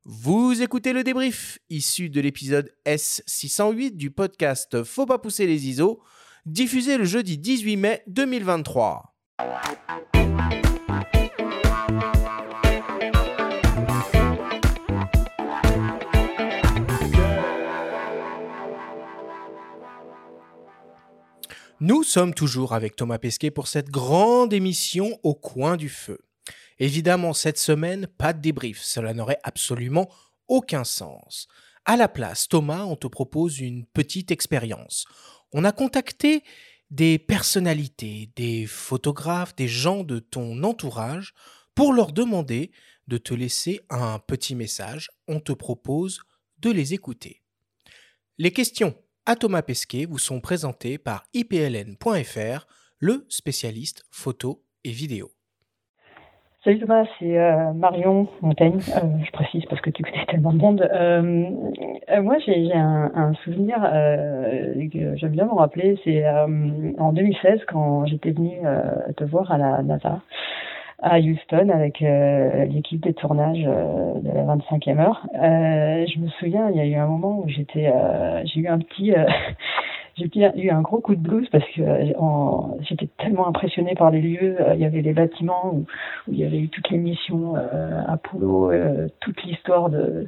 Vous écoutez le débrief, issu de l'épisode S608 du podcast Faut pas pousser les ISO, diffusé le jeudi 18 mai 2023. Nous sommes toujours avec Thomas Pesquet pour cette grande émission au coin du feu. Évidemment, cette semaine, pas de débrief, cela n'aurait absolument aucun sens. À la place, Thomas, on te propose une petite expérience. On a contacté des personnalités, des photographes, des gens de ton entourage pour leur demander de te laisser un petit message. On te propose de les écouter. Les questions à Thomas Pesquet vous sont présentées par ipln.fr, le spécialiste photo et vidéo. Salut Thomas, c'est Marion Montaigne. Je précise parce que tu connais tellement de monde. Moi, j'ai un souvenir que j'aime bien me rappeler. C'est en 2016 quand j'étais venue te voir à la NASA à Houston avec l'équipe de tournage de la 25e heure. Je me souviens, il y a eu un moment où j'ai eu un petit... J'ai eu un gros coup de blues parce que j'étais tellement impressionnée par les lieux. Il y avait les bâtiments où il y avait eu toutes les missions Apollo, toute l'histoire de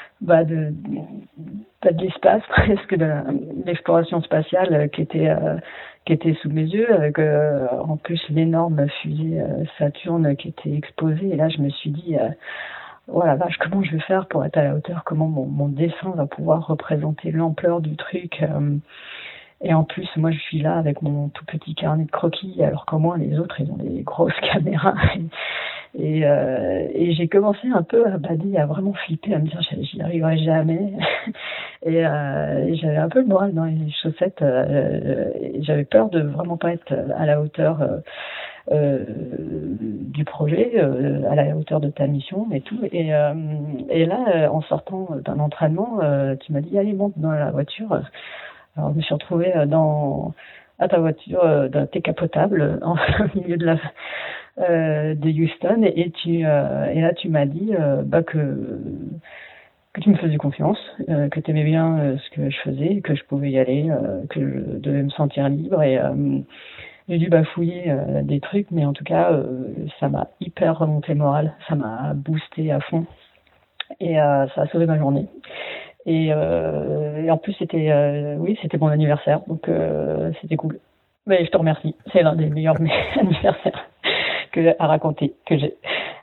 l'espace presque, de l'exploration spatiale qui était sous mes yeux, avec en plus l'énorme fusée Saturne qui était exposée. Et là, je me suis dit... oh la vache, comment je vais faire pour être à la hauteur, comment mon dessin va pouvoir représenter l'ampleur du truc. Et en plus, moi, je suis là avec mon tout petit carnet de croquis, alors qu'au moins les autres, ils ont des grosses caméras. Et j'ai commencé un peu à bader, à vraiment flipper, à me dire j'y arriverai jamais. Et j'avais un peu le moral dans les chaussettes. Et j'avais peur de vraiment pas être à la hauteur du projet, à la hauteur de ta mission et tout. Et là, en sortant d'un entraînement, tu m'as dit allez, monte dans la voiture. Alors je me suis retrouvée à ta voiture d'un décapotable en milieu de Houston et là tu m'as dit que tu me faisais confiance, que tu aimais bien ce que je faisais, que je pouvais y aller, que je devais me sentir libre et j'ai dû bafouiller des trucs, mais en tout cas ça m'a hyper remonté le moral, ça m'a boosté à fond et ça a sauvé ma journée. Et en plus c'était mon anniversaire, donc c'était cool. Mais je te remercie, c'est l'un des meilleurs anniversaires à raconter que j'ai.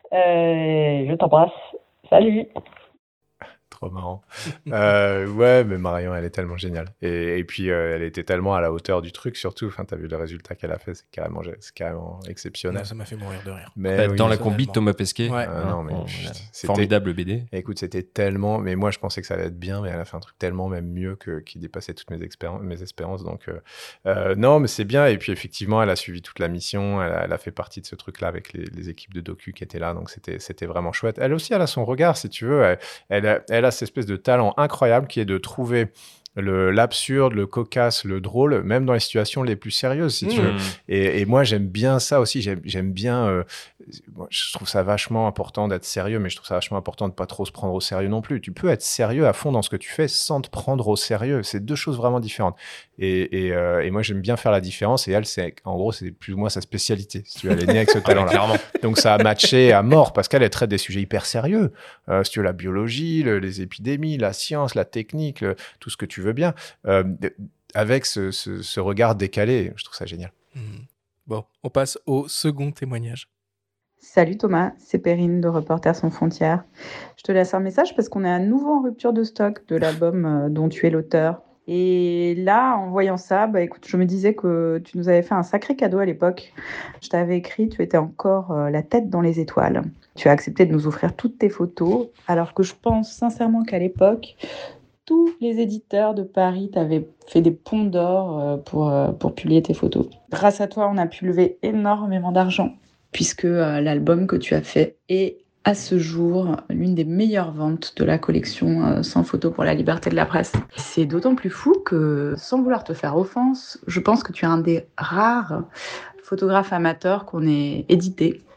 Je t'embrasse, salut. Trop marrant. Ouais, mais Marion, elle est tellement géniale. Et puis, elle était tellement à la hauteur du truc, surtout. Enfin, t'as vu le résultat qu'elle a fait, c'est carrément exceptionnel. Non, ça m'a fait mourir de rire. Mais dans la combi de Thomas Pesquet. Ouais. Non, mais formidable BD. Écoute, c'était tellement... Mais moi, je pensais que ça allait être bien, mais elle a fait un truc tellement même mieux qui dépassait toutes mes espérances. Donc, non, mais c'est bien. Et puis, effectivement, elle a suivi toute la mission. Elle a fait partie de ce truc-là avec les équipes de docu qui étaient là. Donc, c'était vraiment chouette. Elle aussi, elle a son regard, si tu veux. Elle a cette espèce de talent incroyable qui est de trouver l'absurde, le cocasse, le drôle, même dans les situations les plus sérieuses, si tu veux. Et moi, j'aime bien ça aussi. J'aime bien... je trouve ça vachement important d'être sérieux, mais je trouve ça vachement important de pas trop se prendre au sérieux non plus. Tu peux être sérieux à fond dans ce que tu fais sans te prendre au sérieux. C'est deux choses vraiment différentes. Et moi, j'aime bien faire la différence. Et elle, en gros, c'est plus ou moins sa spécialité. Si tu veux, elle est née avec ce talent-là. Clairement. Donc, ça a matché à mort parce qu'elle traite des sujets hyper sérieux. Si tu veux, la biologie, les épidémies, la science, la technique, tout ce que tu veux bien, avec ce regard décalé. Je trouve ça génial. Bon, on passe au second témoignage. Salut Thomas, c'est Perrine de Reporters sans frontières. Je te laisse un message parce qu'on est à nouveau en rupture de stock de l'album dont tu es l'auteur. Et là, en voyant ça, écoute, je me disais que tu nous avais fait un sacré cadeau à l'époque. Je t'avais écrit, tu étais encore la tête dans les étoiles. Tu as accepté de nous offrir toutes tes photos, alors que je pense sincèrement qu'à l'époque, tous les éditeurs de Paris t'avaient fait des ponts d'or pour publier tes photos. Grâce à toi, on a pu lever énormément d'argent, puisque l'album que tu as fait est, à ce jour, l'une des meilleures ventes de la collection Sans photo pour la liberté de la presse. C'est d'autant plus fou que, sans vouloir te faire offense, je pense que tu es un des rares photographes amateurs qu'on ait édité.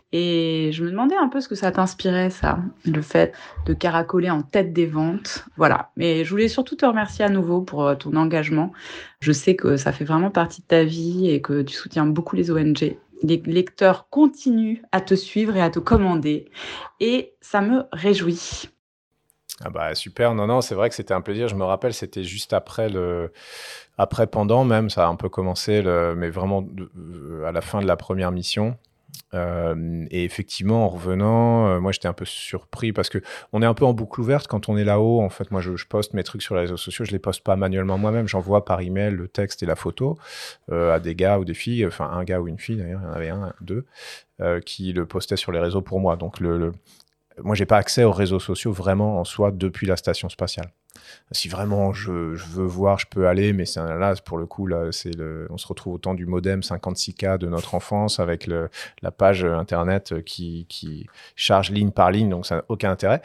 Et je me demandais un peu ce que ça t'inspirait, ça, le fait de caracoler en tête des ventes. Voilà. Mais je voulais surtout te remercier à nouveau pour ton engagement. Je sais que ça fait vraiment partie de ta vie et que tu soutiens beaucoup les ONG. Les lecteurs continuent à te suivre et à te commander. Et ça me réjouit. Ah bah super, non, c'est vrai que c'était un plaisir. Je me rappelle, c'était juste après pendant même, ça a un peu commencé, mais vraiment à la fin de la première mission. Et effectivement, en revenant, moi j'étais un peu surpris parce que on est un peu en boucle ouverte quand on est là-haut. En fait, moi je poste mes trucs sur les réseaux sociaux, je les poste pas manuellement moi-même, j'envoie par email le texte et la photo à des gars ou des filles, enfin un gars ou une fille d'ailleurs, il y en avait deux qui le postaient sur les réseaux pour moi. Donc moi j'ai pas accès aux réseaux sociaux vraiment en soi depuis la station spatiale. Si vraiment je veux voir, je peux aller, mais là, pour le coup, là, on se retrouve au temps du modem 56K de notre enfance avec la page internet qui charge ligne par ligne, donc ça n'a aucun intérêt.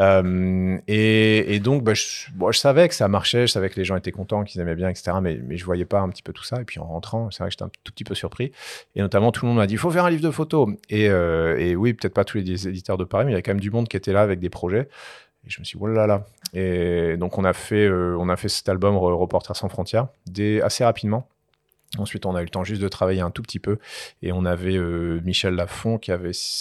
Et donc, je savais que ça marchait, je savais que les gens étaient contents, qu'ils aimaient bien, etc. Mais je voyais pas un petit peu tout ça. Et puis en rentrant, c'est vrai que j'étais un tout petit peu surpris. Et notamment, tout le monde m'a dit, il faut faire un livre de photos. Et oui, peut-être pas tous les éditeurs de Paris, mais il y a quand même du monde qui était là avec des projets. Et je me suis dit, oh là là. Et donc, on a fait cet album Reporters sans frontières assez rapidement. Ensuite, on a eu le temps juste de travailler un tout petit peu. Et on avait Michel Lafon qui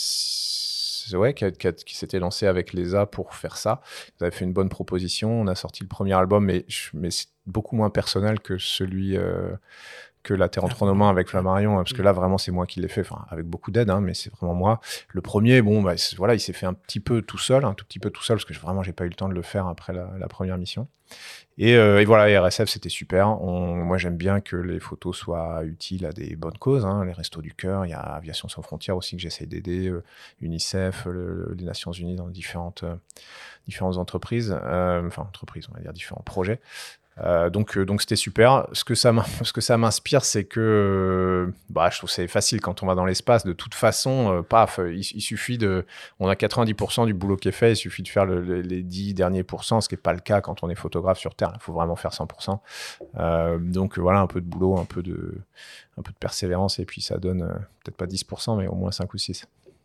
s'était lancé avec l'ESA pour faire ça. Ils avaient fait une bonne proposition. On a sorti le premier album, mais c'est beaucoup moins personnel que celui... que La Terre entre nos mains avec Flammarion, parce que là, vraiment, c'est moi qui l'ai fait, avec beaucoup d'aide, mais c'est vraiment moi. Le premier, il s'est fait un petit peu tout seul, parce que vraiment, j'ai pas eu le temps de le faire après la première mission. Et voilà, RSF, c'était super. Moi, j'aime bien que les photos soient utiles à des bonnes causes, les Restos du Cœur, il y a Aviation sans frontières aussi que j'essaie d'aider, UNICEF, les Nations Unies dans différentes entreprises, on va dire différents projets. Donc c'était super. Ce que ça m'inspire, c'est que je trouve que c'est facile quand on va dans l'espace. De toute façon, il suffit on a 90% du boulot qui est fait. Il suffit de faire les 10 derniers pourcents, ce qui n'est pas le cas quand on est photographe sur Terre. Il faut vraiment faire 100%. Donc voilà, un peu de boulot, un peu de persévérance, et puis ça donne peut-être pas 10%, mais au moins 5 ou 6.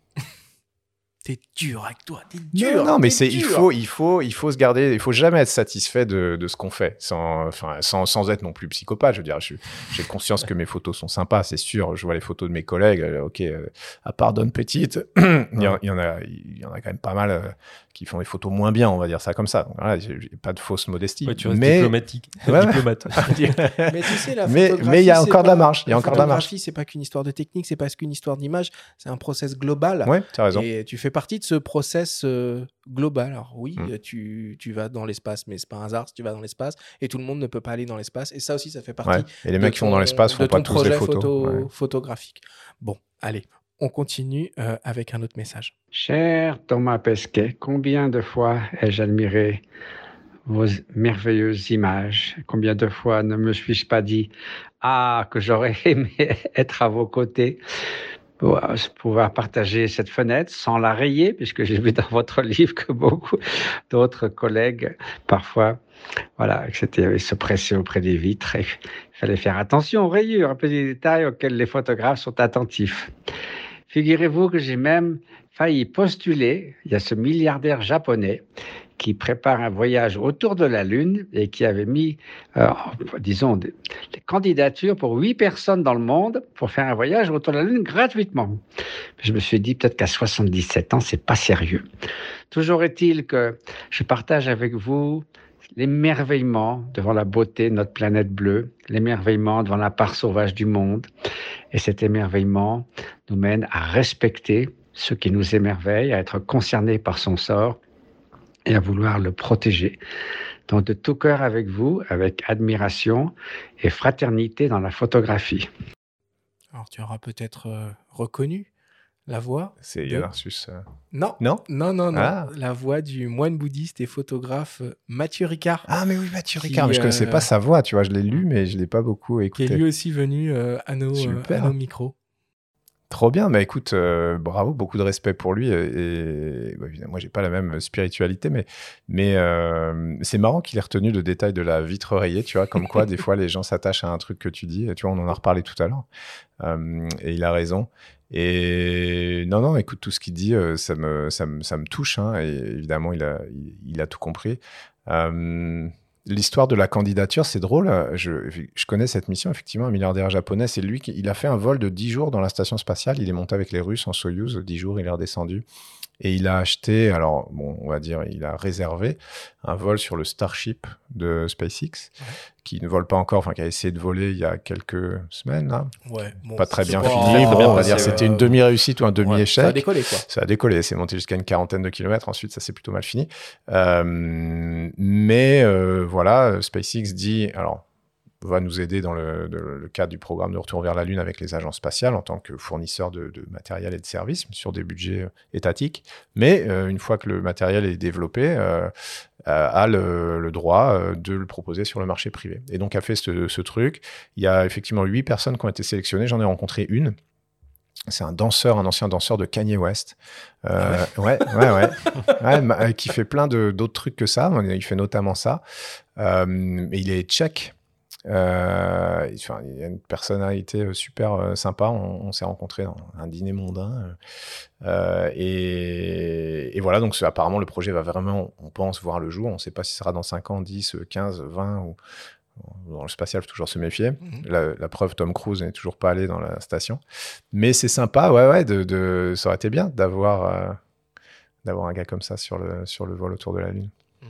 T'es dur avec toi, t'es dur. Non, mais il faut se garder, il faut jamais être satisfait de ce qu'on fait, sans être non plus psychopathe. Je veux dire, j'ai conscience que mes photos sont sympas, c'est sûr. Je vois les photos de mes collègues, à part Don Petite, il y en a quand même pas mal qui font des photos moins bien, on va dire ça comme ça. Donc, voilà, j'ai pas de fausse modestie. Ouais, tu restes diplomatique. Ouais. Diplomate. Mais tu sais, la photographie, mais il y a encore de la marge. La photographie, c'est pas qu'une histoire de technique, c'est pas qu'une histoire d'image, c'est un process global. Ouais, tu as raison. Et tu fais partie de ce process global. Alors oui, tu vas dans l'espace, mais c'est pas un hasard si tu vas dans l'espace, et tout le monde ne peut pas aller dans l'espace. Et ça aussi, ça fait partie. Ouais. Et les mecs qui vont dans l'espace font pas tous des photos. Photographique. Bon, allez. On continue avec un autre message. Cher Thomas Pesquet, combien de fois ai-je admiré vos merveilleuses images? Combien de fois ne me suis-je pas dit « Ah, que j'aurais aimé être à vos côtés » pour pouvoir partager cette fenêtre sans la rayer, puisque j'ai vu dans votre livre que beaucoup d'autres collègues, parfois, se pressaient auprès des vitres. Il fallait faire attention aux rayures, un petit détail auquel les photographes sont attentifs. Figurez-vous que j'ai même failli postuler. Il y a ce milliardaire japonais qui prépare un voyage autour de la Lune et qui avait mis, des candidatures pour 8 personnes dans le monde pour faire un voyage autour de la Lune gratuitement. Je me suis dit, peut-être qu'à 77 ans, c'est pas sérieux. Toujours est-il que je partage avec vous l'émerveillement devant la beauté de notre planète bleue, l'émerveillement devant la part sauvage du monde. Et cet émerveillement nous mène à respecter ce qui nous émerveille, à être concernés par son sort et à vouloir le protéger. Donc de tout cœur avec vous, avec admiration et fraternité dans la photographie. Alors tu auras peut-être reconnu la voix. C'est Yann Arthus. Non. Ah. La voix du moine bouddhiste et photographe Mathieu Ricard. Ah mais oui, Mathieu Ricard. Mais je connaissais pas sa voix, tu vois. Je l'ai lu, mais je l'ai pas beaucoup écouté. Qui est lui aussi venu à nos micros. Trop bien, mais écoute, bravo, beaucoup de respect pour lui. Et évidemment, moi, j'ai pas la même spiritualité, mais c'est marrant qu'il ait retenu le détail de la vitre rayée, tu vois, comme quoi des fois les gens s'attachent à un truc que tu dis. Tu vois, on en a reparlé tout à l'heure, et il a raison. Et non, écoute, tout ce qu'il dit, ça me touche, hein, et évidemment, il a tout compris. L'histoire de la candidature, c'est drôle. Je connais cette mission, effectivement, un milliardaire japonais. C'est lui il a fait un vol de 10 jours dans la station spatiale. Il est monté avec les Russes en Soyouz. 10 jours, il est redescendu. Et il a acheté, alors, bon, on va dire, il a réservé un vol sur le Starship de SpaceX, qui ne vole pas encore, enfin, qui a essayé de voler il y a quelques semaines, là. Ouais, bon, pas très bien pas fini. très Bon, bien on va passé, dire c'était une demi-réussite ou un demi-échec. Ça a décollé, quoi. Ça a décollé. C'est monté jusqu'à une 40aine de kilomètres. Ensuite, ça s'est plutôt mal fini. Mais voilà, SpaceX dit, alors, va nous aider dans le cadre du programme de retour vers la Lune avec les agences spatiales en tant que fournisseur de matériel et de services sur des budgets étatiques. Mais une fois que le matériel est développé, a le droit de le proposer sur le marché privé. Et donc, a fait ce truc. Il y a effectivement 8 personnes qui ont été sélectionnées. J'en ai rencontré une. C'est un ancien danseur de Kanye West. Qui fait plein d'autres trucs que ça. Il fait notamment ça. Mais il est tchèque. Il a une personnalité super sympa. On s'est rencontrés dans un dîner mondain. Et voilà, donc apparemment, le projet va vraiment, on pense, voir le jour. On ne sait pas si ce sera dans 5 ans, 10, 15, 20 ou... Dans le spatial, il faut toujours se méfier. La preuve, Tom Cruise n'est toujours pas allé dans la station. Mais c'est sympa, ça aurait été bien d'avoir un gars comme ça sur le vol autour de la Lune.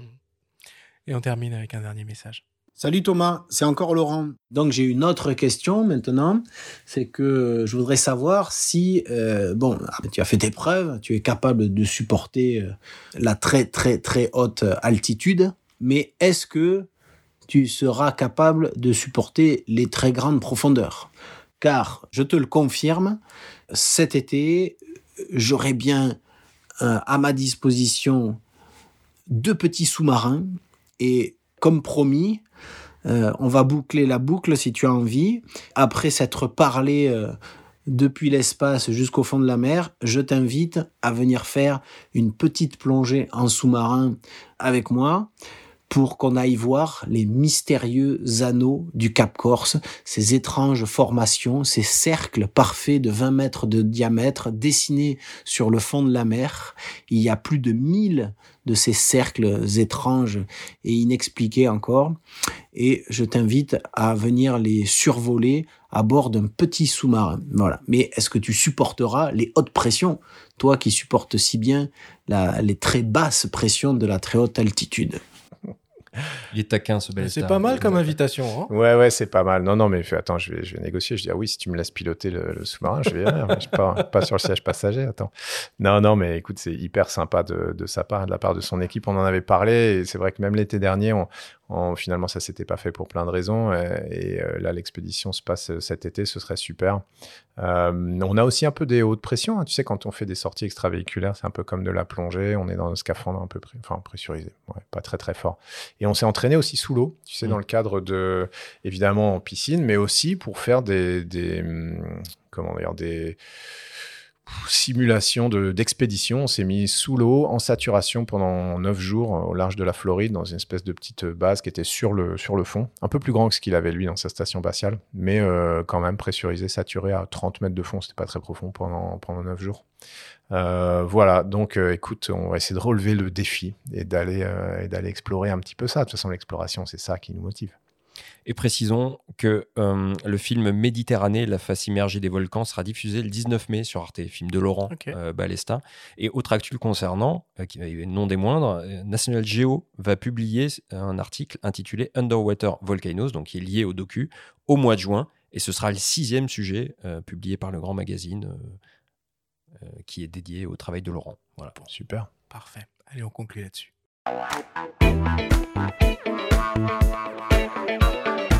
Et on termine avec un dernier message. Salut Thomas, c'est encore Laurent. Donc j'ai une autre question maintenant, c'est que je voudrais savoir si, tu as fait tes preuves, tu es capable de supporter la très très très haute altitude, mais est-ce que tu seras capable de supporter les très grandes profondeurs? Car, je te le confirme, cet été, j'aurai bien à ma disposition 2 petits sous-marins et comme promis, on va boucler la boucle si tu as envie. Après s'être parlé depuis l'espace jusqu'au fond de la mer, je t'invite à venir faire une petite plongée en sous-marin avec moi pour qu'on aille voir les mystérieux anneaux du Cap Corse, ces étranges formations, ces cercles parfaits de 20 mètres de diamètre dessinés sur le fond de la mer. Il y a plus de 1000 de ces cercles étranges et inexpliqués encore. Et je t'invite à venir les survoler à bord d'un petit sous-marin. Voilà. Mais est-ce que tu supporteras les hautes pressions, toi qui supportes si bien les très basses pressions de la très haute altitude? Il est taquin, ce bel. C'est pas mal comme invitation. Hein, ouais, c'est pas mal. Non, mais attends, je vais négocier. Je dis, oui, si tu me laisses piloter le sous-marin, je vais y aller. Je suis pas sur le siège passager. Attends. Non, mais écoute, c'est hyper sympa de sa part, de la part de son équipe. On en avait parlé. Et c'est vrai que même l'été dernier, finalement, ça s'était pas fait pour plein de raisons. Et là, l'expédition se passe cet été. Ce serait super. On a aussi un peu des hautes pressions. Hein. Tu sais, quand on fait des sorties extravéhiculaires, c'est un peu comme de la plongée. On est dans un scaphandre un peu pressurisé. Ouais, pas très, très fort. Et on s'est entraîné aussi sous l'eau, tu sais, dans le cadre de, évidemment, en piscine, mais aussi pour faire des simulations d'expédition. On s'est mis sous l'eau, en saturation, pendant 9 jours, au large de la Floride, dans une espèce de petite base qui était sur le fond, un peu plus grand que ce qu'il avait, lui, dans sa station spatiale, mais quand même pressurisé, saturé à 30 mètres de fond. C'était pas très profond pendant 9 jours. Voilà, donc écoute, on va essayer de relever le défi et d'aller explorer un petit peu ça. De toute façon, l'exploration, c'est ça qui nous motive. Et précisons que le film Méditerranée, la face immergée des volcans, sera diffusé le 19 mai sur Arte, film de Laurent Balesta. Et autre actu le concernant, non des moindres, National Geo va publier un article intitulé Underwater Volcanoes, donc qui est lié au docu, au mois de juin. Et ce sera le 6e sujet publié par le grand magazine qui est dédié au travail de Laurent. Voilà. Bon, super. Parfait. Allez, on conclut là-dessus.